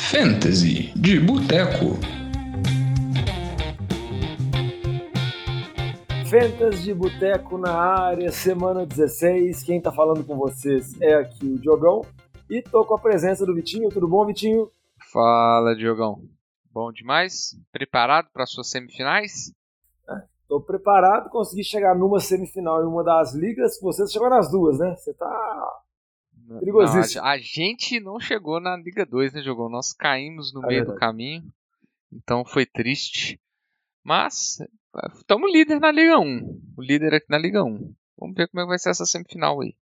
Fantasy de Boteco. Fantasy de Boteco na área, semana 16. Quem tá falando com vocês é aqui o Diogão. E tô com a presença do Vitinho. Tudo bom, Vitinho? Fala, Diogão. Bom demais? Preparado para suas semifinais? Tô preparado, consegui chegar numa semifinal em uma das ligas. Você chegou nas duas, né? Você tá perigosíssimo. Não, a gente não chegou na Liga 2, né, Diogão? Nós caímos no meio do Verdade. caminho, então foi triste. Mas estamos líder na Liga 1. O líder aqui na Liga 1. Vamos ver como é que vai ser essa semifinal aí.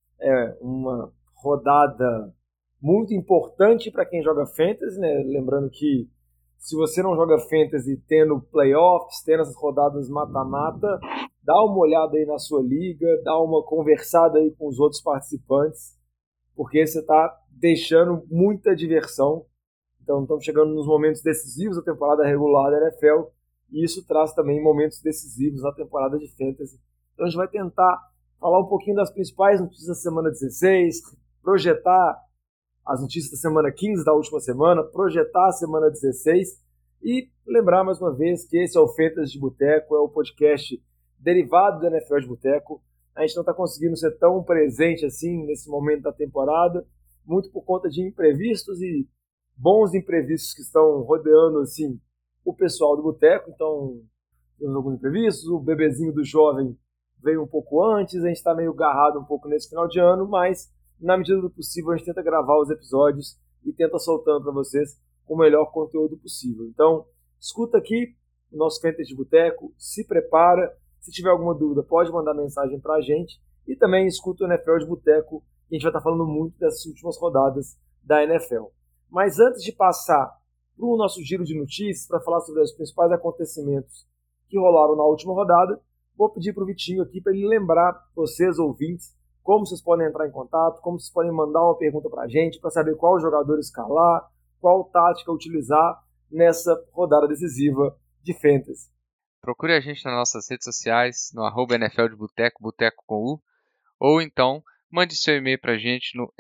É uma rodada muito importante para quem joga Fantasy, né? Lembrando que se você não joga Fantasy tendo playoffs, tendo essas rodadas mata-mata, dá uma olhada aí na sua liga, dá uma conversada aí com os outros participantes, porque você está deixando muita diversão. Então estamos chegando nos momentos decisivos da temporada regular da NFL e isso traz também momentos decisivos na temporada de Fantasy. Então a gente vai tentar falar um pouquinho das principais notícias da semana 16, projetar as notícias da semana 15 da última semana, projetar a semana 16 e lembrar mais uma vez que esse é o Fantasy de Boteco, é o podcast derivado do NFL de Boteco. A gente não está conseguindo ser tão presente assim nesse momento da temporada, muito por conta de imprevistos e bons imprevistos que estão rodeando assim o pessoal do Boteco. Então temos alguns imprevistos, o bebezinho do jovem veio um pouco antes, a gente está meio garrado um pouco nesse final de ano, mas na medida do possível a gente tenta gravar os episódios e tenta soltando para vocês o melhor conteúdo possível. Então, escuta aqui o nosso Fantasy de Boteco, se prepara, se tiver alguma dúvida pode mandar mensagem para a gente e também escuta o NFL de Boteco, que a gente vai estar falando muito dessas últimas rodadas da NFL. Mas antes de passar para o nosso giro de notícias, para falar sobre os principais acontecimentos que rolaram na última rodada, vou pedir para o Vitinho aqui para ele lembrar vocês, ouvintes, como vocês podem entrar em contato, como vocês podem mandar uma pergunta para a gente, para saber qual jogador escalar, qual tática utilizar nessa rodada decisiva de Fantasy. Procure a gente nas nossas redes sociais, no @NFL de Boteco, Boteco com U, ou então mande seu e-mail para a gente no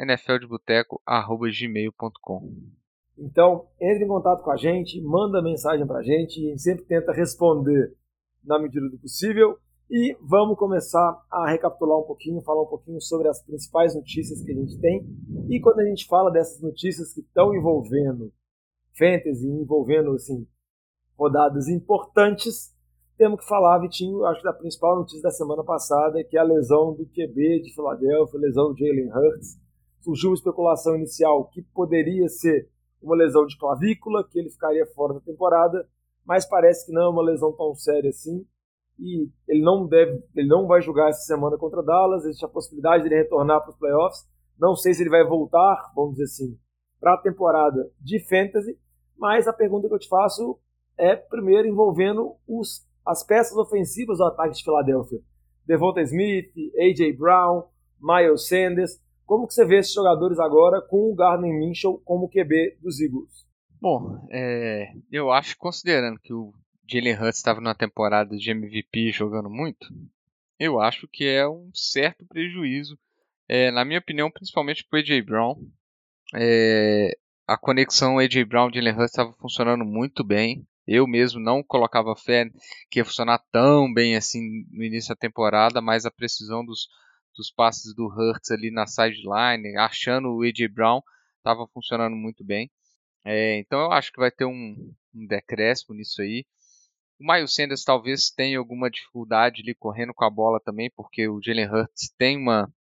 nfldeboteco@gmail.com. Então, entre em contato com a gente, manda mensagem para a gente sempre tenta responder na medida do possível. E vamos começar a recapitular um pouquinho, falar um pouquinho sobre as principais notícias que a gente tem. E quando a gente fala dessas notícias que estão envolvendo Fantasy, envolvendo assim, rodadas importantes, temos que falar, Vitinho, acho que da principal notícia da semana passada, que é a lesão do QB de Filadélfia, a lesão do Jalen Hurts. Surgiu uma especulação inicial que poderia ser uma lesão de clavícula, que ele ficaria fora da temporada, mas parece que não é uma lesão tão séria assim. E ele não vai jogar essa semana contra Dallas, existe a possibilidade de ele retornar para os playoffs. Não sei se ele vai voltar, vamos dizer assim, para a temporada de Fantasy, mas a pergunta que eu te faço é primeiro envolvendo as peças ofensivas do ataque de Filadélfia. Devonta Smith, A.J. Brown, Miles Sanders. Como que você vê esses jogadores agora com o Gardner Minshew como QB dos Eagles? Bom, eu acho, considerando que o Jalen Hurts estava numa temporada de MVP jogando muito, eu acho que é um certo prejuízo, na minha opinião, principalmente para o A.J. Brown. A conexão A.J. Brown e Jalen Hurts estava funcionando muito bem. Eu mesmo não colocava fé que ia funcionar tão bem assim no início da temporada, mas a precisão dos passes do Hurts ali na sideline, achando o A.J. Brown, estava funcionando muito bem. Então eu acho que vai ter um decréscimo nisso aí. O Miles Sanders talvez tenha alguma dificuldade ali correndo com a bola também, porque o Jalen Hurts tem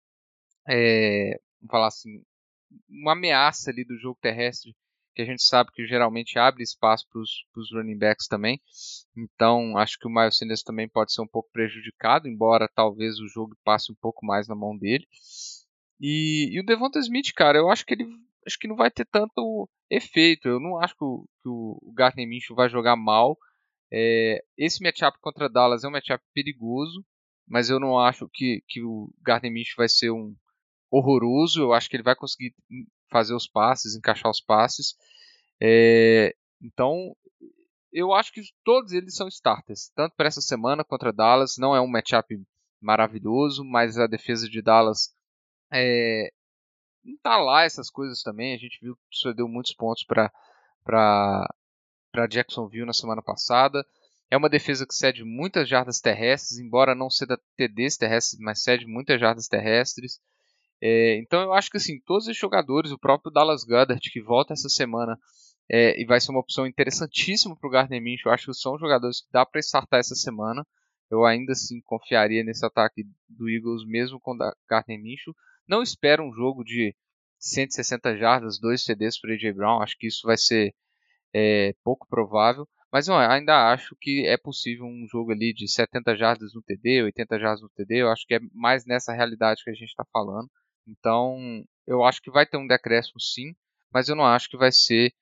vamos falar assim, uma ameaça ali do jogo terrestre, que a gente sabe que geralmente abre espaço para os running backs também. Então acho que o Miles Sanders também pode ser um pouco prejudicado, embora talvez o jogo passe um pouco mais na mão dele. E o Devonta Smith, cara, eu acho que não vai ter tanto efeito. Eu não acho que o Gardner Minshew vai jogar mal. Esse matchup contra Dallas é um matchup perigoso, mas eu não acho que o Gardner Minshew vai ser um horroroso. Eu acho que ele vai conseguir fazer os passes, encaixar os passes. Então, eu acho que todos eles são starters, tanto para essa semana contra Dallas. Não é um matchup maravilhoso, mas a defesa de Dallas não tá lá essas coisas também. A gente viu que isso deu muitos pontos para Jacksonville na semana passada. É uma defesa que cede muitas jardas terrestres, embora não ceda TDs terrestres, mas cede muitas jardas terrestres. Então eu acho que assim, todos os jogadores, o próprio Dallas Goedert, que volta essa semana e vai ser uma opção interessantíssima para o Gardner Minshew, eu acho que são jogadores que dá para startar essa semana. Eu ainda assim confiaria nesse ataque do Eagles mesmo com o Gardner Minshew. Não espero um jogo de 160 jardas, 2 TDs para AJ Brown, acho que isso vai ser pouco provável, mas eu ainda acho que é possível um jogo ali de 70 jardas no TD, 80 jardas no TD, eu acho que é mais nessa realidade que a gente está falando. Então, eu acho que vai ter um decréscimo sim, mas eu não acho que vai ser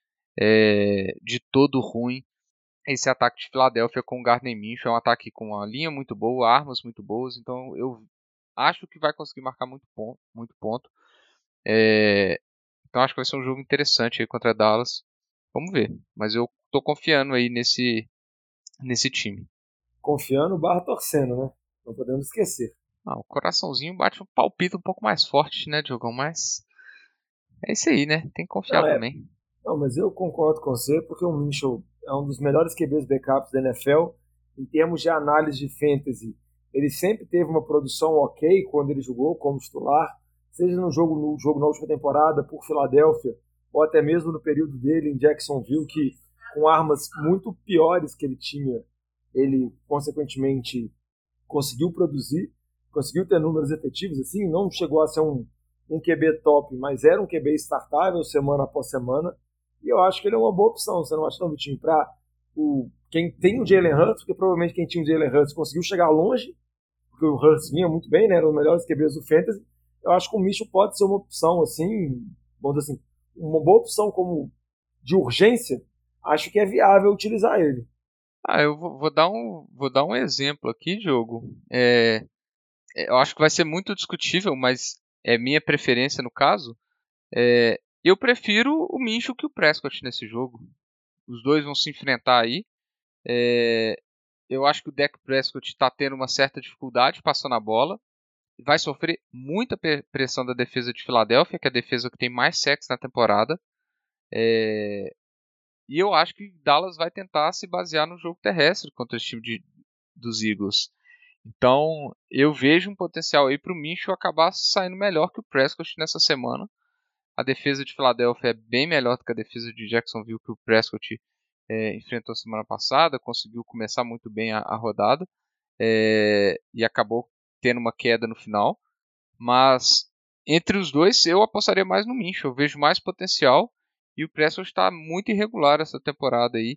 de todo ruim esse ataque de Filadélfia com o Gardner Minshew. É um ataque com uma linha muito boa, armas muito boas, então eu acho que vai conseguir marcar muito ponto. Muito ponto. Então acho que vai ser um jogo interessante aí contra Dallas. Vamos ver, mas eu tô confiando aí nesse time. Confiando barra torcendo, né? Não podemos esquecer. O coraçãozinho bate um palpite um pouco mais forte, né, Diogão? Mas é isso aí, né? Tem que confiar também. Não, mas eu concordo com você, porque o Minshew é um dos melhores QBs backups da NFL. Em termos de análise de fantasy, ele sempre teve uma produção ok quando ele jogou como titular, seja no jogo na última temporada por Filadélfia, ou até mesmo no período dele em Jacksonville, que com armas muito piores que ele tinha, ele consequentemente conseguiu produzir, conseguiu ter números efetivos, assim, não chegou a ser um QB top, mas era um QB startável semana após semana, e eu acho que ele é uma boa opção, você não acha não, Vitinho? Para quem tem o Jalen Hurts, porque provavelmente quem tinha o Jalen Hurts conseguiu chegar longe, porque o Hurts vinha muito bem, né, era um dos melhores QBs do Fantasy, eu acho que o Minshew pode ser uma opção, assim, vamos dizer assim, uma boa opção como de urgência, acho que é viável utilizar ele. Eu vou dar um exemplo aqui, Diogo. Eu acho que vai ser muito discutível, mas é minha preferência no caso. Eu prefiro o Minshew que o Prescott nesse jogo. Os dois vão se enfrentar aí. Eu acho que o Dak Prescott está tendo uma certa dificuldade passando a bola. Vai sofrer muita pressão da defesa de Filadélfia, que é a defesa que tem mais sacks na temporada. E eu acho que Dallas vai tentar se basear no jogo terrestre contra esse time dos Eagles. Então, eu vejo um potencial aí para o Minshew acabar saindo melhor que o Prescott nessa semana. A defesa de Filadélfia é bem melhor do que a defesa de Jacksonville, que o Prescott enfrentou semana passada. Conseguiu começar muito bem a rodada e acabou tendo uma queda no final. Mas entre os dois, eu apostaria mais no Minshew. Eu vejo mais potencial. E o Prescott está muito irregular essa temporada aí.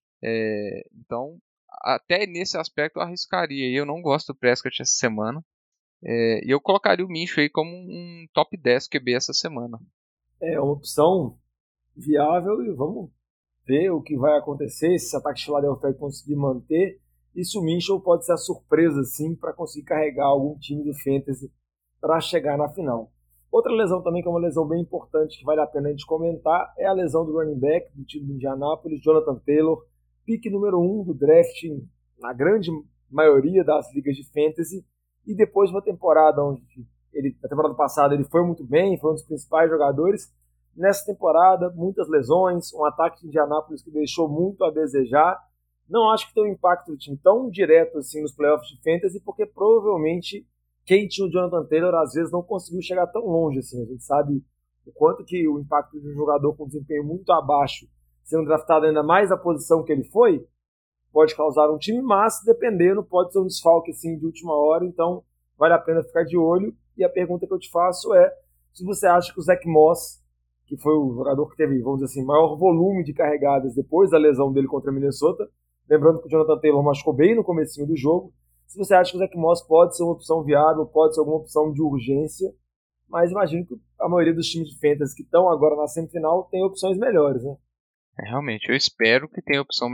Então, até nesse aspecto eu arriscaria. Eu não gosto do Prescott essa semana. E eu colocaria o Minshew aí como um top 10 QB essa semana. É uma opção viável e vamos ver o que vai acontecer, se esse ataque de Philadelphia vai conseguir manter. E se o Minshew pode ser a surpresa, sim, para conseguir carregar algum time do Fantasy para chegar na final. Outra lesão também, que é uma lesão bem importante, que vale a pena a gente comentar, é a lesão do running back do time do Indianapolis, Jonathan Taylor, pique número 1 do draft na grande maioria das ligas de Fantasy, e depois de uma temporada onde na temporada passada ele foi muito bem, foi um dos principais jogadores. Nessa temporada, muitas lesões, um ataque de Indianápolis que deixou muito a desejar. Não acho que tem um impacto do time tão direto assim nos playoffs de Fantasy, porque provavelmente quem tinha o Jonathan Taylor às vezes não conseguiu chegar tão longe assim. A gente sabe o quanto que o impacto de um jogador com desempenho muito abaixo, sendo draftado ainda mais na posição que ele foi, pode causar um time, mas dependendo, pode ser um desfalque assim de última hora, então vale a pena ficar de olho. E a pergunta que eu te faço é se você acha que o Zach Moss, que foi o jogador que teve, vamos dizer assim, maior volume de carregadas depois da lesão dele contra a Minnesota, lembrando que o Jonathan Taylor machucou bem no comecinho do jogo, se você acha que o Zach Moss pode ser uma opção viável, pode ser alguma opção de urgência, mas imagino que a maioria dos times de fantasy que estão agora na semifinal tem opções melhores, né? Realmente, eu espero que tenha opções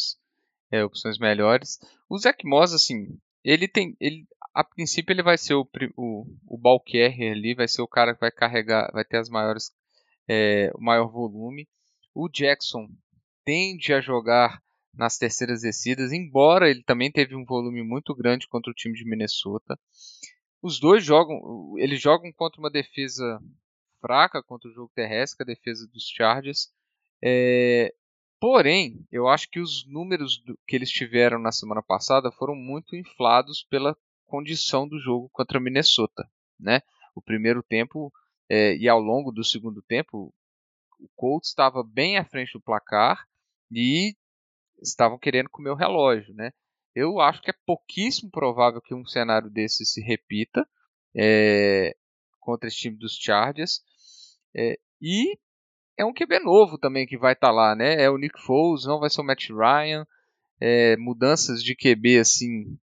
melhores. O Zach Moss, assim, a princípio ele vai ser o ball carrier ali, vai ser o cara que vai carregar, vai ter o maior volume. O Jackson tende a jogar nas terceiras descidas, embora ele também teve um volume muito grande contra o time de Minnesota. Os dois eles jogam contra uma defesa fraca contra o jogo terrestre, a defesa dos Chargers. Porém, eu acho que os números que eles tiveram na semana passada foram muito inflados pela condição do jogo contra Minnesota, né? O primeiro tempo e ao longo do segundo tempo, o Colts estava bem à frente do placar e estavam querendo comer o relógio, né? Eu acho que é pouquíssimo provável que um cenário desse se repita contra esse time dos Chargers. E é um QB novo também que vai estar lá, né? É o Nick Foles, não vai ser o Matt Ryan. Mudanças de QB, assim...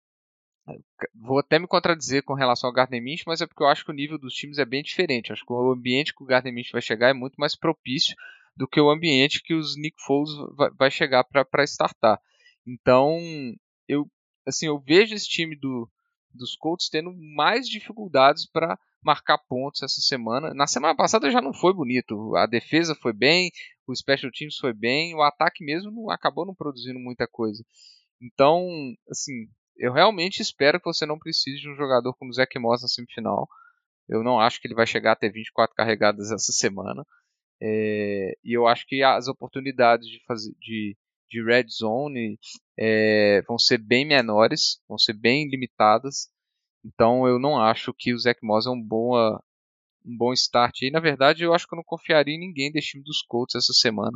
Vou até me contradizer com relação ao Gardner Minshew, mas é porque eu acho que o nível dos times é bem diferente. Eu acho que o ambiente que o Gardner Minshew vai chegar é muito mais propício do que o ambiente que os Nick Foles vai chegar para startar. Então, eu vejo esse time dos Colts tendo mais dificuldades para marcar pontos essa semana. Na semana passada já não foi bonito. A defesa foi bem, o Special Teams foi bem, o ataque mesmo acabou não produzindo muita coisa. Então, assim, eu realmente espero que você não precise de um jogador como o Zach Moss na semifinal. Eu não acho que ele vai chegar a ter 24 carregadas essa semana. E eu acho que as oportunidades de red zone vão ser bem menores, vão ser bem limitadas. Então eu não acho que o Zach Moss é um bom start. E na verdade eu acho que eu não confiaria em ninguém desse time dos Colts essa semana.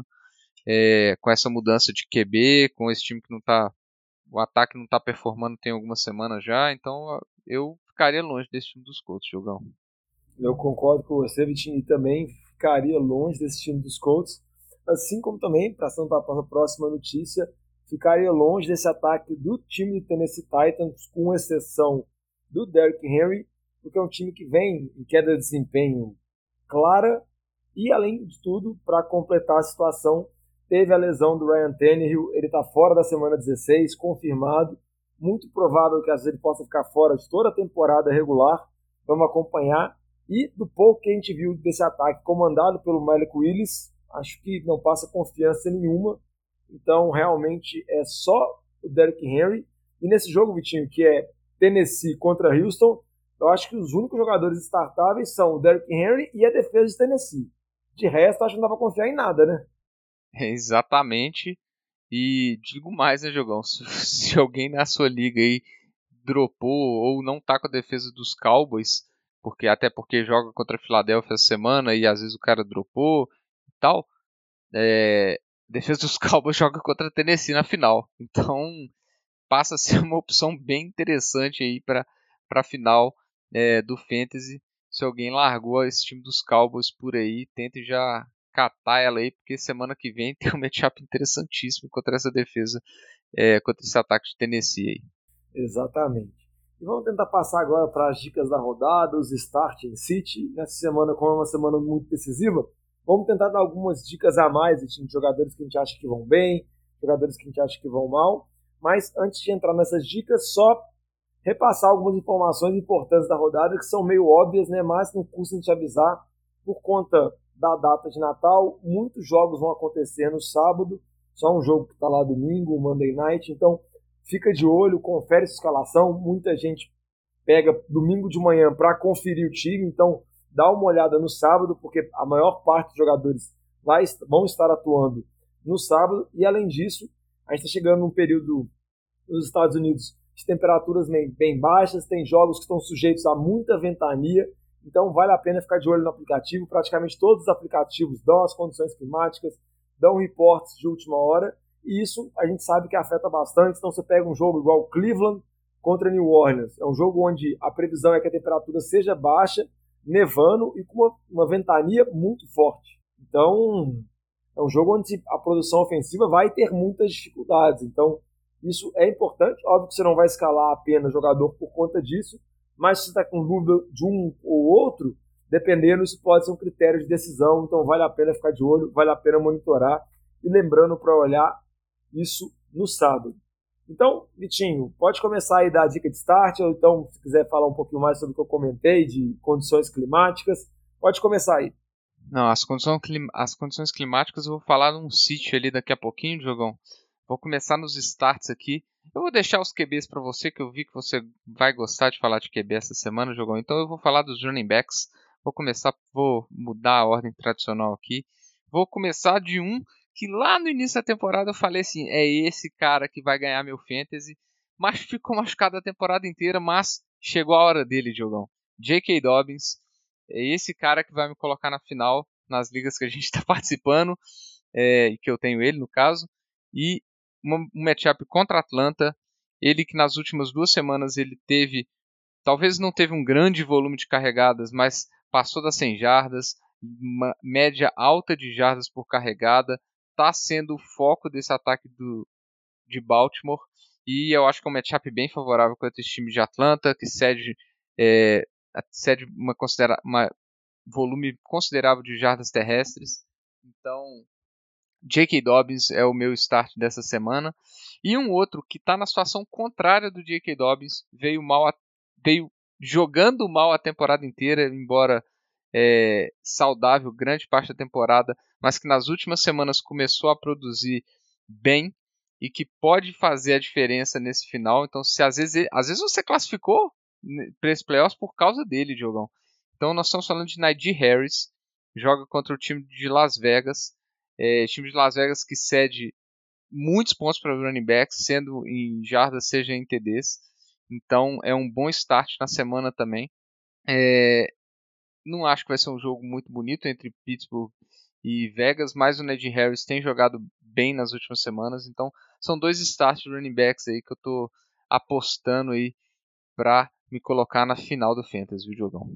Com essa mudança de QB, com esse time que não está... O ataque não está performando tem algumas semanas já, então eu ficaria longe desse time dos Colts, Jogão. Eu concordo com você, Vitinho, e também ficaria longe desse time dos Colts, assim como também, passando para a próxima notícia, ficaria longe desse ataque do time do Tennessee Titans, com exceção do Derrick Henry, porque é um time que vem em queda de desempenho clara e, além de tudo, para completar a situação, teve a lesão do Ryan Tannehill, ele está fora da semana 16, confirmado, muito provável que às vezes ele possa ficar fora de toda a temporada regular, vamos acompanhar. E do pouco que a gente viu desse ataque comandado pelo Malik Willis, acho que não passa confiança nenhuma. Então, realmente, é só o Derrick Henry. E nesse jogo, Vitinho, que é Tennessee contra Houston, eu acho que os únicos jogadores startáveis são o Derrick Henry e a defesa de Tennessee. De resto, acho que não dá pra confiar em nada, né? Exatamente. E digo mais, né, Jogão? Se alguém na sua liga aí dropou ou não tá com a defesa dos Cowboys, até porque joga contra a Filadélfia essa semana e às vezes o cara dropou e tal, a defesa dos Cowboys joga contra a Tennessee na final. Então passa a ser uma opção bem interessante aí para a final do Fantasy. Se alguém largou esse time dos Cowboys por aí, tente já catar ela aí, porque semana que vem tem um matchup interessantíssimo contra essa defesa, contra esse ataque de Tennessee aí. Exatamente. E vamos tentar passar agora para as dicas da rodada, os start em City. Nessa semana, como é uma semana muito decisiva, vamos tentar dar algumas dicas a mais de jogadores que a gente acha que vão bem, jogadores que a gente acha que vão mal. Mas antes de entrar nessas dicas, só repassar algumas informações importantes da rodada que são meio óbvias, né? Mas não custa te avisar. Por conta da data de Natal, muitos jogos vão acontecer no sábado, só um jogo que está lá domingo, o Monday Night. Então, fica de olho, confere essa escalação. Muita gente pega domingo de manhã para conferir o time, então dá uma olhada no sábado, porque a maior parte dos jogadores vão estar atuando no sábado. E além disso, a gente está chegando num período nos Estados Unidos de temperaturas bem baixas, tem jogos que estão sujeitos a muita ventania, então vale a pena ficar de olho no aplicativo. Praticamente todos os aplicativos dão as condições climáticas, dão reportes de última hora, e isso a gente sabe que afeta bastante. Então você pega um jogo igual Cleveland contra New Orleans, é um jogo onde a previsão é que a temperatura seja baixa, nevando e com uma ventania muito forte. Então é um jogo onde a produção ofensiva vai ter muitas dificuldades. Então isso é importante. Óbvio que você não vai escalar apenas jogador por conta disso, mas se você está com dúvida de um ou outro, dependendo, isso pode ser um critério de decisão. Então vale a pena ficar de olho, vale a pena monitorar. E lembrando para olhar isso no sábado. Então, Vitinho, pode começar aí a dar a dica de start, ou então, se quiser falar um pouquinho mais sobre o que eu comentei, de condições climáticas, pode começar aí. Não, as condições climáticas eu vou falar num sítio ali daqui a pouquinho, Diogão. Vou começar nos starts aqui. Eu vou deixar os QBs para você, que eu vi que você vai gostar de falar de QB essa semana, Diogão. Então eu vou falar dos running backs. Vou mudar a ordem tradicional aqui. Vou começar de um que lá no início da temporada eu falei assim, é esse cara que vai ganhar meu Fantasy, mas ficou machucado a temporada inteira, mas chegou a hora dele, Diogão. J.K. Dobbins, é esse cara que vai me colocar na final, nas ligas que a gente está participando, e que eu tenho ele no caso, e um matchup contra Atlanta, ele que nas últimas 2 semanas ele talvez não teve um grande volume de carregadas, mas passou das 100 jardas, uma média alta de jardas por carregada, está sendo o foco desse ataque de Baltimore, e eu acho que é um matchup bem favorável contra esse time de Atlanta, que cede uma volume considerável de jardas terrestres. Então, J.K. Dobbins é o meu start dessa semana. E um outro que está na situação contrária do J.K. Dobbins, veio jogando mal a temporada inteira, embora saudável grande parte da temporada, mas que nas últimas semanas começou a produzir bem e que pode fazer a diferença nesse final. Então, se às vezes você classificou para esse playoffs por causa dele, Diogão. Então, nós estamos falando de Najee Harris, joga contra o time de Las Vegas. Time de Las Vegas que cede muitos pontos para running backs, sendo em jardas, seja em TDs. Então é um bom start na semana também. Não acho que vai ser um jogo muito bonito entre Pittsburgh e Vegas, mas o Najee Harris tem jogado bem nas últimas semanas. Então são 2 starts de running backs aí que eu estou apostando aí para me colocar na final do Fantasy, viu, Diogão?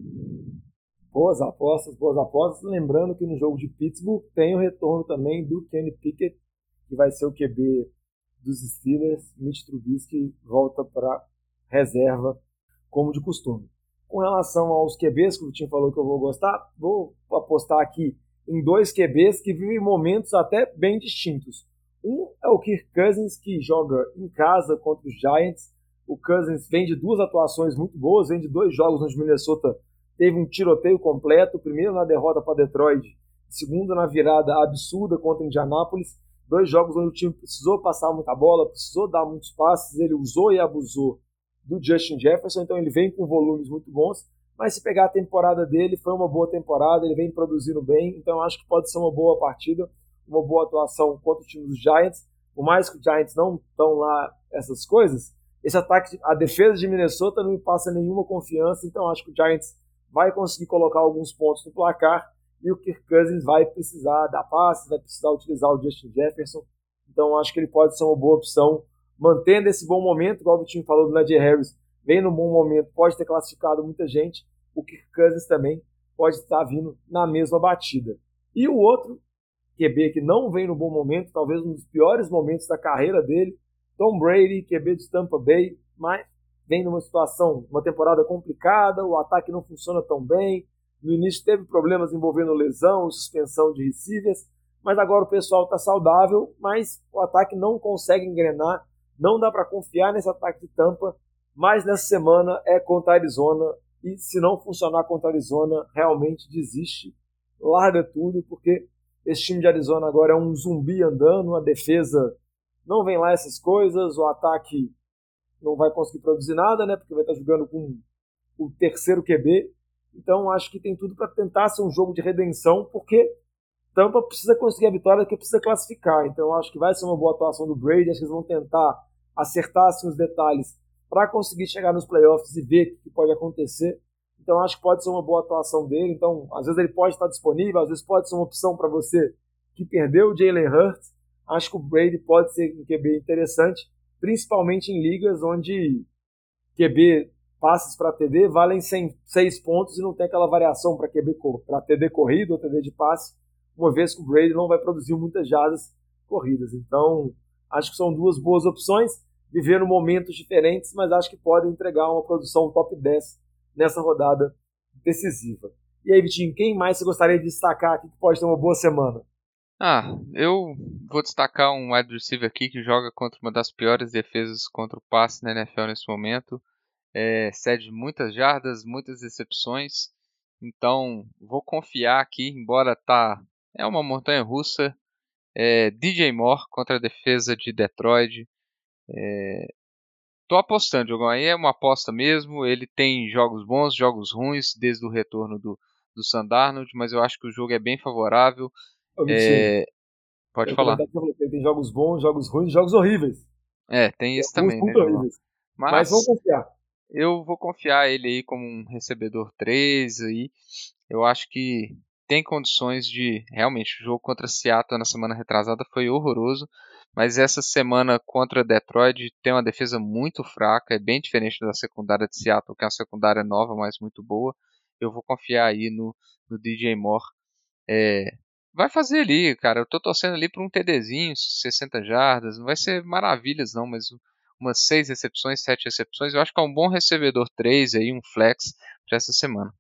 Boas apostas, boas apostas. Lembrando que no jogo de Pittsburgh tem o retorno também do Kenny Pickett, que vai ser o QB dos Steelers. Mitch Trubisky volta para reserva, como de costume. Com relação aos QBs, que o Vitinho falou que eu vou gostar, vou apostar aqui em 2 QBs que vivem momentos até bem distintos. Um é o Kirk Cousins, que joga em casa contra os Giants. O Cousins vem de 2 atuações muito boas, vem de 2 jogos onde Minnesota teve um tiroteio completo, primeiro na derrota para Detroit, segundo na virada absurda contra Indianápolis. 2 jogos onde o time precisou passar muita bola, precisou dar muitos passes, ele usou e abusou do Justin Jefferson, então ele vem com volumes muito bons, mas se pegar a temporada dele, foi uma boa temporada, ele vem produzindo bem, então acho que pode ser uma boa partida, uma boa atuação contra o time dos Giants, por mais que os Giants não estão lá essas coisas, esse ataque, a defesa de Minnesota não me passa nenhuma confiança, então acho que o Giants vai conseguir colocar alguns pontos no placar e o Kirk Cousins vai precisar dar passes, vai precisar utilizar o Justin Jefferson. Então acho que ele pode ser uma boa opção, mantendo esse bom momento, igual o Vitinho falou do Najee Harris, vem num bom momento, pode ter classificado muita gente, o Kirk Cousins também pode estar vindo na mesma batida. E o outro QB que não vem no bom momento, talvez um dos piores momentos da carreira dele, Tom Brady, QB de Tampa Bay, mas vem numa situação, uma temporada complicada, o ataque não funciona tão bem, no início teve problemas envolvendo lesão, suspensão de receivers, mas agora o pessoal está saudável, mas o ataque não consegue engrenar, não dá para confiar nesse ataque de Tampa, mas nessa semana é contra a Arizona, e se não funcionar contra a Arizona, realmente desiste, larga tudo, porque esse time de Arizona agora é um zumbi andando, a defesa não vem lá essas coisas, o ataque não vai conseguir produzir nada, né? Porque vai estar jogando com o terceiro QB. Então acho que tem tudo para tentar ser um jogo de redenção, porque Tampa precisa conseguir a vitória, porque precisa classificar. Então acho que vai ser uma boa atuação do Brady. Acho que eles vão tentar acertar assim, os detalhes para conseguir chegar nos playoffs e ver o que pode acontecer. Então acho que pode ser uma boa atuação dele. Então às vezes ele pode estar disponível, às vezes pode ser uma opção para você que perdeu o Jalen Hurts. Acho que o Brady pode ser um QB interessante, principalmente em ligas onde QB passes para TD valem 6 pontos e não tem aquela variação para TD corrido ou TD de passe, uma vez que o Brady não vai produzir muitas jardas corridas. Então, acho que são 2 boas opções, viveram momentos diferentes, mas acho que podem entregar uma produção top 10 nessa rodada decisiva. E aí, Vitinho, quem mais você gostaria de destacar aqui que pode ter uma boa semana? Eu vou destacar um wide receiver aqui que joga contra uma das piores defesas contra o passe na NFL nesse momento. Cede muitas jardas, muitas recepções. Então, vou confiar aqui, embora é uma montanha russa. DJ Moore contra a defesa de Detroit. Tô apostando, Diogão. Aí é uma aposta mesmo. Ele tem jogos bons, jogos ruins, desde o retorno do do Sam Darnold, mas eu acho que o jogo é bem favorável. Pode Eu falar. comentar que ele tem jogos bons, jogos ruins, jogos horríveis. Tem isso Alguns também, né, muito Diogão? horríveis. Mas Mas vamos confiar. eu vou confiar ele aí como um recebedor 3 aí. Eu acho que tem condições de... Realmente, o jogo contra Seattle na semana retrasada foi horroroso, mas essa semana contra Detroit tem uma defesa muito fraca, é bem diferente da secundária de Seattle, que é uma secundária nova, mas muito boa. Eu vou confiar aí no DJ Moore. Vai fazer ali, cara. Eu tô torcendo ali para um TDzinho, 60 jardas. Não vai ser maravilhas, não, mas umas 6 recepções, 7 recepções. Eu acho que é um bom recebedor 3 aí, um flex para essa semana.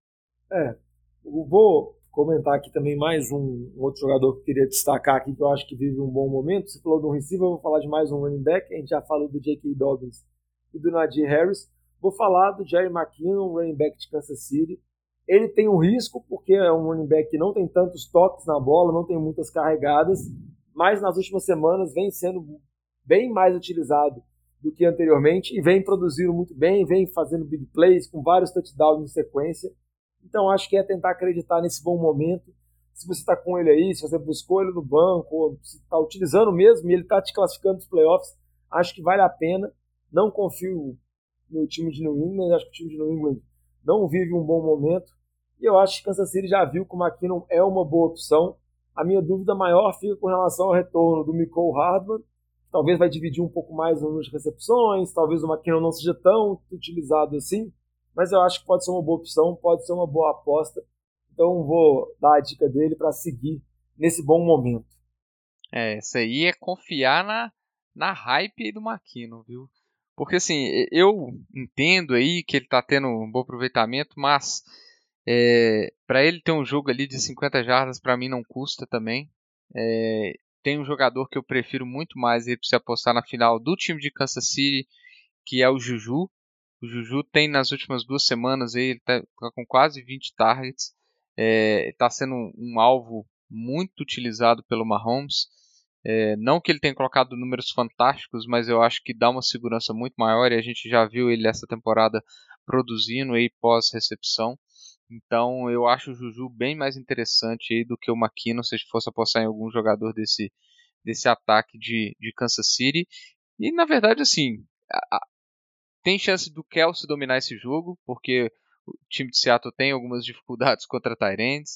Eu vou comentar aqui também mais um outro jogador que eu queria destacar aqui, que eu acho que vive um bom momento. Você falou do receiver, eu vou falar de mais um running back. A gente já falou do J.K. Dobbins e do Najee Harris. Vou falar do Jerry McKinnon, running back de Kansas City. Ele tem um risco, porque é um running back que não tem tantos toques na bola, não tem muitas carregadas, mas nas últimas semanas vem sendo bem mais utilizado do que anteriormente e vem produzindo muito bem, vem fazendo big plays com vários touchdowns em sequência. Então acho que é tentar acreditar nesse bom momento. Se você está com ele aí, se você buscou ele no banco, ou se está utilizando mesmo e ele está te classificando nos playoffs, acho que vale a pena. Não confio no time de New England, acho que o time de New England não vive um bom momento. E eu acho que Kansas City já viu que o McKinnon é uma boa opção. A minha dúvida maior fica com relação ao retorno do Mecole Hardman. Talvez vai dividir um pouco mais no número de recepções, talvez o McKinnon não seja tão utilizado assim, mas eu acho que pode ser uma boa opção, pode ser uma boa aposta. Então vou dar a dica dele para seguir nesse bom momento. Isso aí é confiar na hype do McKinnon, viu? Porque assim, eu entendo aí que ele tá tendo um bom aproveitamento, mas para ele ter um jogo ali de 50 jardas, para mim não custa também. Tem um jogador que eu prefiro muito mais aí para você apostar na final do time de Kansas City, que é o Juju. O Juju tem nas últimas 2 semanas aí, ele tá com quase 20 targets. Está sendo um alvo muito utilizado pelo Mahomes. Não que ele tenha colocado números fantásticos, mas eu acho que dá uma segurança muito maior e a gente já viu ele essa temporada produzindo aí pós-recepção. Então eu acho o Juju bem mais interessante aí do que o McKinnon, se a gente fosse apostar em algum jogador desse ataque de Kansas City. E na verdade, assim, tem chance do Kelce dominar esse jogo, porque o time de Seattle tem algumas dificuldades contra Tight ends.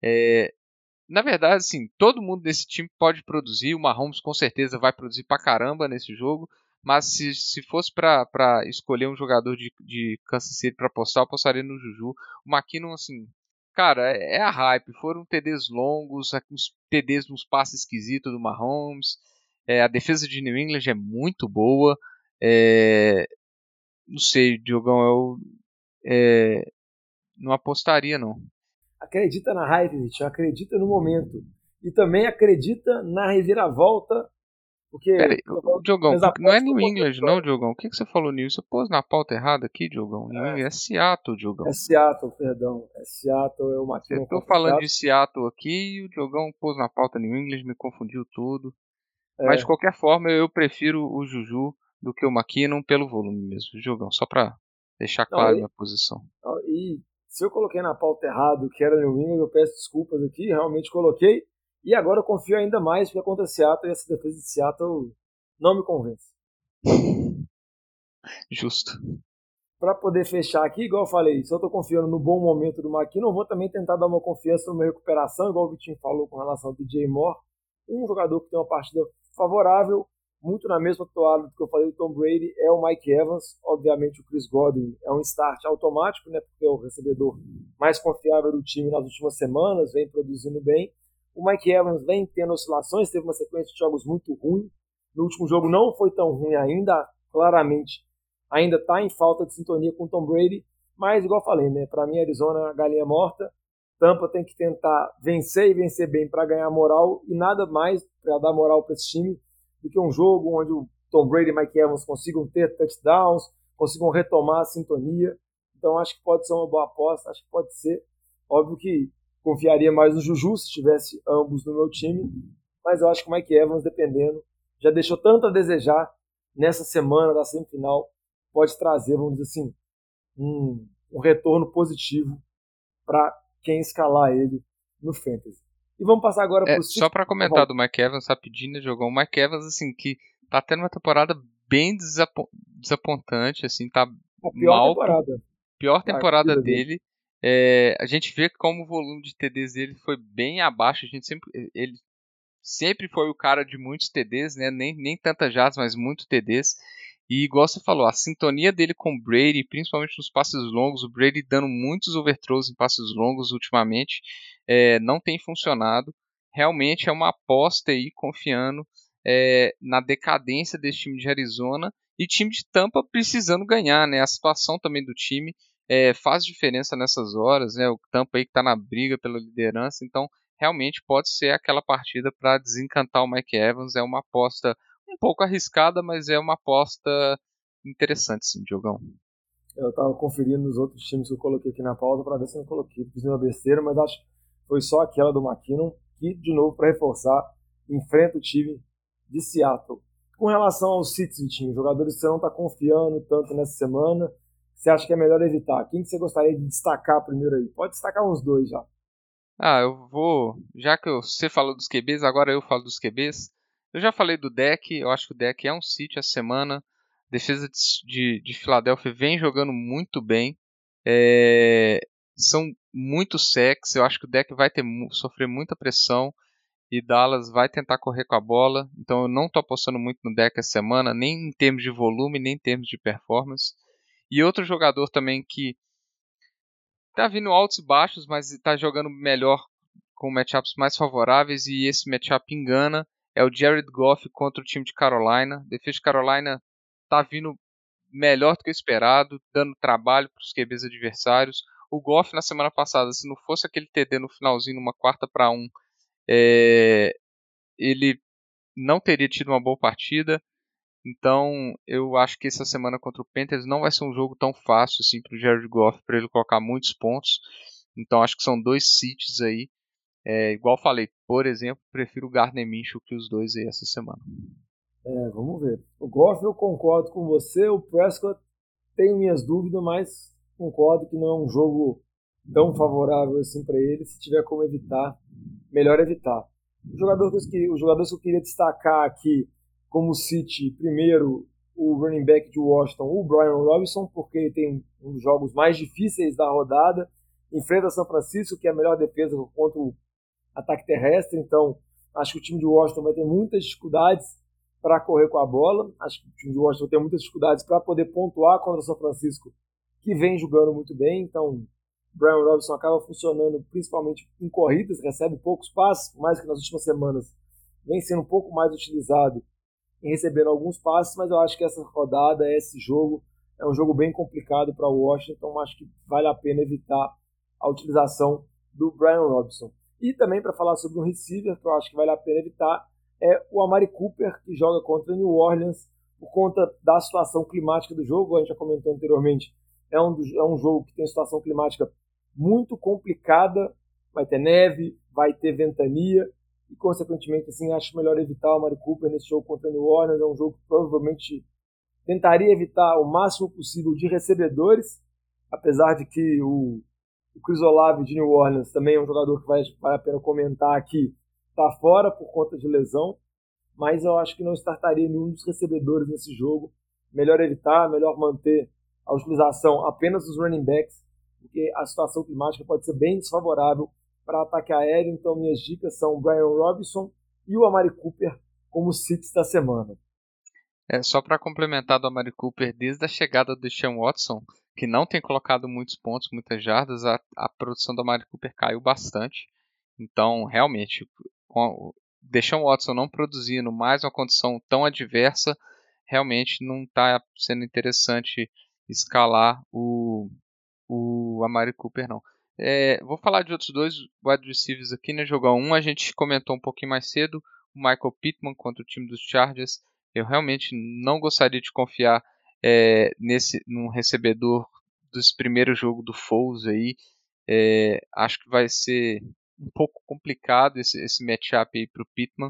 Na verdade, assim, todo mundo desse time pode produzir. O Mahomes com certeza vai produzir pra caramba nesse jogo. Mas se fosse pra escolher um jogador de Kansas City pra apostar, eu apostaria no Juju. O McKinnon, assim, cara, é a hype. Foram TDs longos, uns TDs nos passes esquisitos do Mahomes. A defesa de New England é muito boa. Não sei, Diogão, eu não apostaria, não. Acredita na hype, Vitinho, acredita no momento. E também acredita na reviravolta, porque Pera aí, Diogão, as não é apostas New estão contando England, não, história. Diogão? O que você falou nisso? Você pôs na pauta errada aqui, Diogão? New England é Seattle, Diogão. É Seattle, perdão. É Seattle, é o Eu McKinnon tô contra falando de Seattle. Seattle aqui e o Diogão pôs na pauta New England, me confundiu tudo. Mas de É. qualquer forma, eu prefiro o Juju do que o McKinnon pelo volume mesmo, Diogão, só pra deixar Não, claro minha posição. e se eu coloquei na pauta errado que era New England, eu peço desculpas aqui, realmente coloquei. E agora eu confio ainda mais porque é contra Seattle e essa defesa de Seattle não me convence. Justo. Para poder fechar aqui, igual eu falei, se eu estou confiando no bom momento do McKinnon, eu vou também tentar dar uma confiança numa recuperação, igual o Vitinho falou com relação ao DJ Moore. Um jogador que tem uma partida favorável, muito na mesma toada do que eu falei do Tom Brady, é o Mike Evans. Obviamente o Chris Godwin é um start automático, né, porque é o recebedor mais confiável do time nas últimas semanas, vem produzindo bem. O Mike Evans vem tendo oscilações, teve uma sequência de jogos muito ruim. No último jogo não foi tão ruim ainda, claramente ainda está em falta de sintonia com o Tom Brady, mas igual eu falei, né, para mim Arizona é uma galinha morta. Tampa tem que tentar vencer e vencer bem para ganhar moral e nada mais para dar moral para esse time do que um jogo onde o Tom Brady e Mike Evans consigam ter touchdowns, consigam retomar a sintonia. Então acho que pode ser uma boa aposta, acho que pode ser. Óbvio que confiaria mais no Juju se tivesse ambos no meu time, mas eu acho que o Mike Evans, dependendo, já deixou tanto a desejar nessa semana da semifinal, pode trazer, vamos dizer assim, um retorno positivo para quem escalar ele no Fantasy. E vamos passar agora para o Só para comentar do Mike Evans rapidinho, jogou o Mike Evans assim que tá tendo uma temporada bem desapontante, assim, tá a pior mal, temporada. pior temporada dele. dele. A gente vê como o volume de TDs dele foi bem abaixo. Ele sempre foi o cara de muitos TDs, né? Nem tantas jardas, mas muitos TDs. E igual você falou, a sintonia dele com o Brady, principalmente nos passes longos, o Brady dando muitos overthrows em passes longos ultimamente, não tem funcionado. Realmente é uma aposta aí, confiando na decadência desse time de Arizona e time de Tampa precisando ganhar, né? A situação também do time faz diferença nessas horas, né? O Tampa aí que está na briga pela liderança, então realmente pode ser aquela partida para desencantar o Mike Evans. É uma aposta um pouco arriscada, mas é uma aposta interessante, sim, Diogão. Eu estava conferindo os outros times que eu coloquei aqui na pauta para ver se eu não coloquei, fiz uma besteira, mas acho que foi só aquela do McKinnon, que, de novo, para reforçar, enfrenta o time de Seattle. Com relação aos Cits, Vitinho, jogadores que você não está confiando tanto nessa semana, você acha que é melhor evitar? Quem que você gostaria de destacar primeiro aí? Pode destacar uns dois já. Eu vou. Já que você falou dos QBs, agora eu falo dos QBs. Eu já falei do deck, eu acho que o deck é um sítio essa semana. A defesa de Filadélfia vem jogando muito bem. São muitos sacks, eu acho que o deck vai sofrer muita pressão e Dallas vai tentar correr com a bola. Então eu não estou apostando muito no deck essa semana, nem em termos de volume, nem em termos de performance. E outro jogador também que tá vindo altos e baixos, mas tá jogando melhor com matchups mais favoráveis e esse matchup engana. É o Jared Goff contra o time de Carolina. A defesa de Carolina tá vindo melhor do que o esperado, dando trabalho para os QBs adversários. O Goff na semana passada, se não fosse aquele TD no finalzinho, numa 4-1, ele não teria tido uma boa partida. Então, eu acho que essa semana contra o Panthers não vai ser um jogo tão fácil assim para o Jared Goff, para ele colocar muitos pontos. Então, acho que são dois sits aí. Igual falei, por exemplo, prefiro o Gardner Minshew que os dois aí essa semana. Vamos ver. O Goff eu concordo com você, o Prescott tenho minhas dúvidas, mas concordo que não é um jogo tão favorável assim para ele. Se tiver como evitar, melhor evitar. Os jogadores que eu queria destacar aqui como City, primeiro o running back de Washington, o Brian Robinson, porque ele tem um dos jogos mais difíceis da rodada, enfrenta São Francisco, que é a melhor defesa contra o ataque terrestre, então acho que o time de Washington vai ter muitas dificuldades para correr com a bola. Acho que o time de Washington tem muitas dificuldades para poder pontuar contra o São Francisco, que vem jogando muito bem. Então, Brian Robinson acaba funcionando principalmente em corridas, recebe poucos passes, mais que nas últimas semanas vem sendo um pouco mais utilizado em recebendo alguns passes, mas eu acho que essa rodada, esse jogo, é um jogo bem complicado para o Washington, então acho que vale a pena evitar a utilização do Brian Robinson. E também para falar sobre um receiver, que eu acho que vale a pena evitar, é o Amari Cooper, que joga contra o New Orleans por conta da situação climática do jogo. A gente já comentou anteriormente, é um jogo que tem situação climática muito complicada, vai ter neve, vai ter ventania, e consequentemente assim, acho melhor evitar o Amari Cooper nesse jogo contra o New Orleans. É um jogo que provavelmente tentaria evitar o máximo possível de recebedores, apesar de que o Chris Olave de New Orleans também é um jogador que vale a pena comentar aqui, está fora por conta de lesão, mas eu acho que não startaria nenhum dos recebedores nesse jogo. Melhor evitar, melhor manter a utilização apenas dos running backs, porque a situação climática pode ser bem desfavorável para ataque aéreo. Então minhas dicas são o Brian Robinson e o Amari Cooper como sits da semana. Só para complementar do Amari Cooper, desde a chegada do Deshaun Watson, que não tem colocado muitos pontos, muitas jardas, a produção do Amari Cooper caiu bastante. Então, realmente, com Deshaun Watson não produzindo mais uma condição tão adversa, realmente não está sendo interessante escalar o Amari Cooper, não. Vou falar de outros dois wide receivers aqui, né? Jogar um, a gente comentou um pouquinho mais cedo, o Michael Pittman contra o time dos Chargers. Eu realmente não gostaria de confiar num recebedor desse primeiro jogo do Foles aí. Acho que vai ser um pouco complicado esse matchup aí para o Pittman.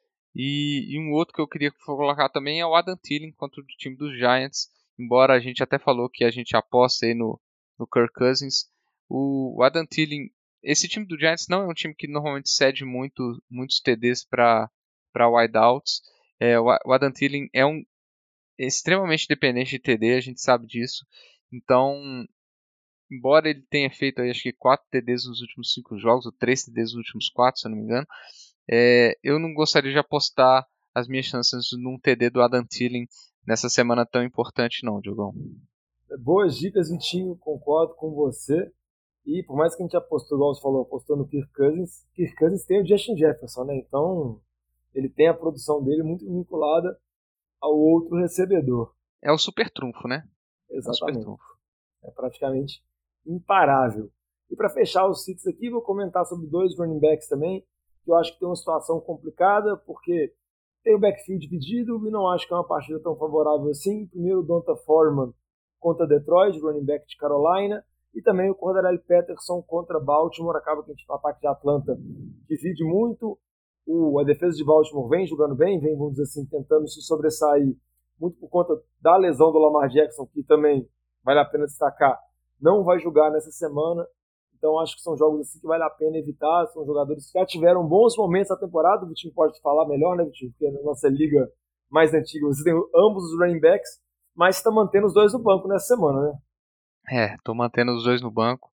E um outro que eu queria colocar também é o Adam Thielen contra o time dos Giants. Embora a gente até falou que a gente aposta aí no Kirk Cousins, o Adam Thielen esse time do Giants não é um time que normalmente cede muitos TDs para wideouts. O Adam Thielen é extremamente dependente de TD, a gente sabe disso. Então, embora ele tenha feito aí, acho que 4 TDs nos últimos 5 jogos, ou 3 TDs nos últimos 4, se eu não me engano, eu não gostaria de apostar as minhas chances num TD do Adam Thielen nessa semana tão importante não, Diogão. Boas dicas, Vitinho, concordo com você. E por mais que a gente apostou, igual você falou, apostou no Kirk Cousins tem o Justin Jefferson, né? Então ele tem a produção dele muito vinculada ao outro recebedor. É o super trunfo, né? Exatamente. É praticamente imparável. E para fechar os sítios aqui, vou comentar sobre 2 running backs também, que eu acho que tem uma situação complicada, porque tem o backfield dividido e não acho que é uma partida tão favorável assim. Primeiro o Donta Foreman contra Detroit, running back de Carolina, e também o Cordarrelle Patterson contra Baltimore. Acaba que a gente no ataque de Atlanta divide muito. A defesa de Baltimore vem jogando bem, vem, vamos dizer assim, tentando se sobressair, muito por conta da lesão do Lamar Jackson, que também vale a pena destacar, não vai jogar nessa semana. Então acho que são jogos assim que vale a pena evitar. São jogadores que já tiveram bons momentos na temporada. O Vitinho pode falar melhor, né, Vitinho? Porque na nossa liga mais antiga você tem ambos os running backs, mas está mantendo os 2 no banco nessa semana, né? Tô mantendo os 2 no banco.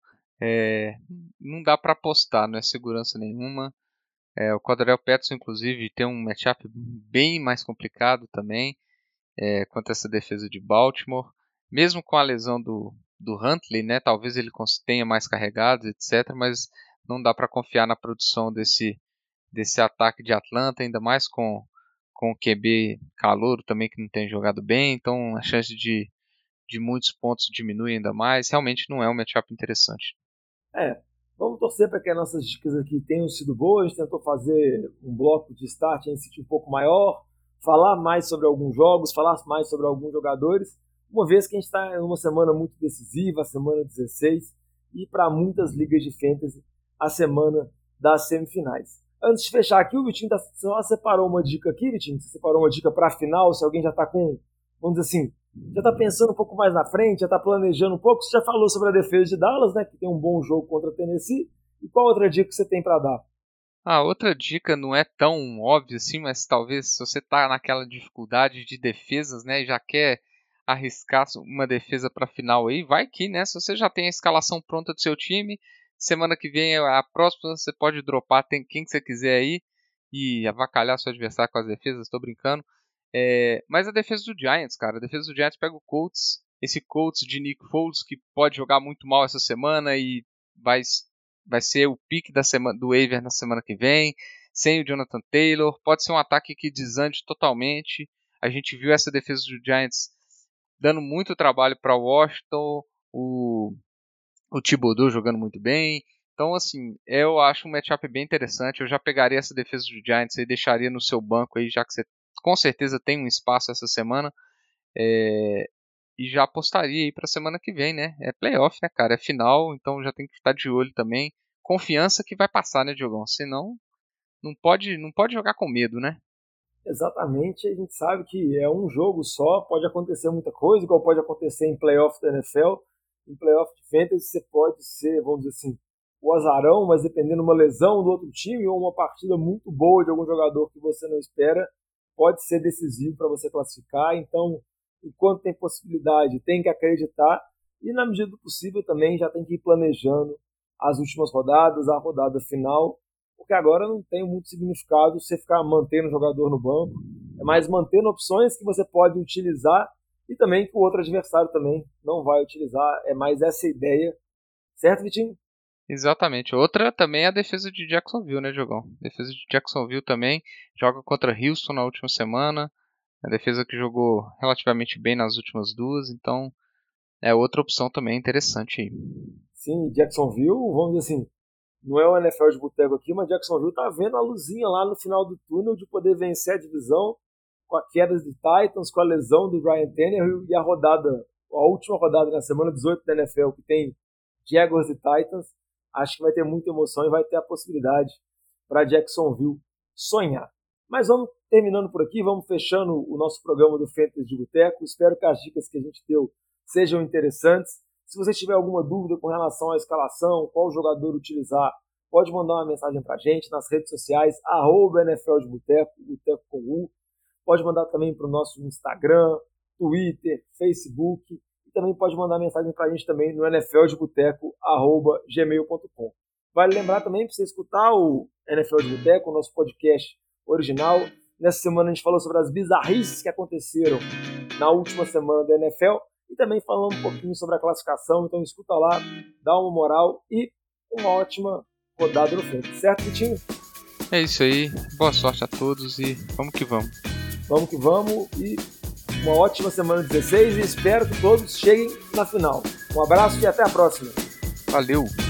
Não dá para apostar, não é segurança nenhuma. O Cordarrelle Patterson, inclusive, tem um matchup bem mais complicado também contra essa defesa de Baltimore. Mesmo com a lesão do Huntley, né, talvez ele tenha mais carregados, etc. Mas não dá para confiar na produção desse ataque de Atlanta, ainda mais com o QB calouro também, que não tem jogado bem. Então a chance de muitos pontos diminui ainda mais. Realmente não é um matchup interessante. Vamos torcer para que as nossas dicas aqui tenham sido boas. A gente tentou fazer um bloco de start em sítio um pouco maior, falar mais sobre alguns jogos, falar mais sobre alguns jogadores, uma vez que a gente está em uma semana muito decisiva, a semana 16, e para muitas ligas de fantasy, a semana das semifinais. Antes de fechar aqui, o Vitinho só separou uma dica aqui, Vitinho. Você separou uma dica para a final, se alguém já está com, vamos dizer assim, já está pensando um pouco mais na frente, já está planejando um pouco. Você já falou sobre a defesa de Dallas, né, que tem um bom jogo contra a Tennessee. E qual outra dica que você tem para dar? Outra dica não é tão óbvia assim, mas talvez se você está naquela dificuldade de defesas, né, e já quer arriscar uma defesa para final aí, vai que, né, se você já tem a escalação pronta do seu time, semana que vem a próxima você pode dropar quem que você quiser aí e avacalhar seu adversário com as defesas, estou brincando. Mas a defesa do Giants, cara, a defesa do Giants pega o Colts, esse Colts de Nick Foles que pode jogar muito mal essa semana e vai ser o pique da semana, do waiver na semana que vem, sem o Jonathan Taylor, pode ser um ataque que desande totalmente. A gente viu essa defesa do Giants dando muito trabalho para o Washington, o Thibodeau jogando muito bem. Então, assim, eu acho um matchup bem interessante. Eu já pegaria essa defesa do Giants e deixaria no seu banco aí, já que você com certeza tem um espaço essa semana. E já apostaria aí para a semana que vem, né? É playoff, né, cara? É final, então já tem que estar de olho também. Confiança que vai passar, né, Diogão? Senão, não pode jogar com medo, né? Exatamente, a gente sabe que é um jogo só, pode acontecer muita coisa, igual pode acontecer em playoff da NFL. Em playoff de fantasy você pode ser, vamos dizer assim, o azarão, mas dependendo de uma lesão do outro time ou uma partida muito boa de algum jogador que você não espera, pode ser decisivo para você classificar. Então, enquanto tem possibilidade, tem que acreditar e na medida do possível também já tem que ir planejando as últimas rodadas, a rodada final, porque agora não tem muito significado você ficar mantendo o jogador no banco, é mais mantendo opções que você pode utilizar e também que o outro adversário também não vai utilizar, é mais essa ideia, certo, Vitinho? Exatamente. Outra também é a defesa de Jacksonville, né, Diogão? A defesa de Jacksonville também joga contra Houston na última semana, a defesa que jogou relativamente bem nas últimas duas, então é outra opção também interessante aí. Sim, Jacksonville, vamos dizer assim, não é o NFL de boteco aqui, mas Jacksonville tá vendo a luzinha lá no final do túnel de poder vencer a divisão com a queda de Titans, com a lesão do Ryan Tannehill e a última rodada na semana 18 da NFL, que tem Jaguars e Titans. Acho que vai ter muita emoção e vai ter a possibilidade para Jacksonville sonhar. Mas vamos terminando por aqui, vamos fechando o nosso programa do Fantasy de Boteco. Espero que as dicas que a gente deu sejam interessantes. Se você tiver alguma dúvida com relação à escalação, qual jogador utilizar, pode mandar uma mensagem pra gente nas redes sociais, @NFL de Boteco, Boteco com U. Pode mandar também para o nosso Instagram, Twitter, Facebook. E também pode mandar mensagem pra gente também no nfldeboteco@gmail.com. Vale lembrar também para você escutar o NFL de Boteco, o nosso podcast original. Nessa semana a gente falou sobre as bizarrices que aconteceram na última semana da NFL e também falamos um pouquinho sobre a classificação. Então escuta lá, dá uma moral e uma ótima rodada no frente. Certo, Vitinho? É isso aí. Boa sorte a todos e vamos que vamos. Vamos que vamos e uma ótima semana 16 e espero que todos cheguem na final. Um abraço e até a próxima. Valeu!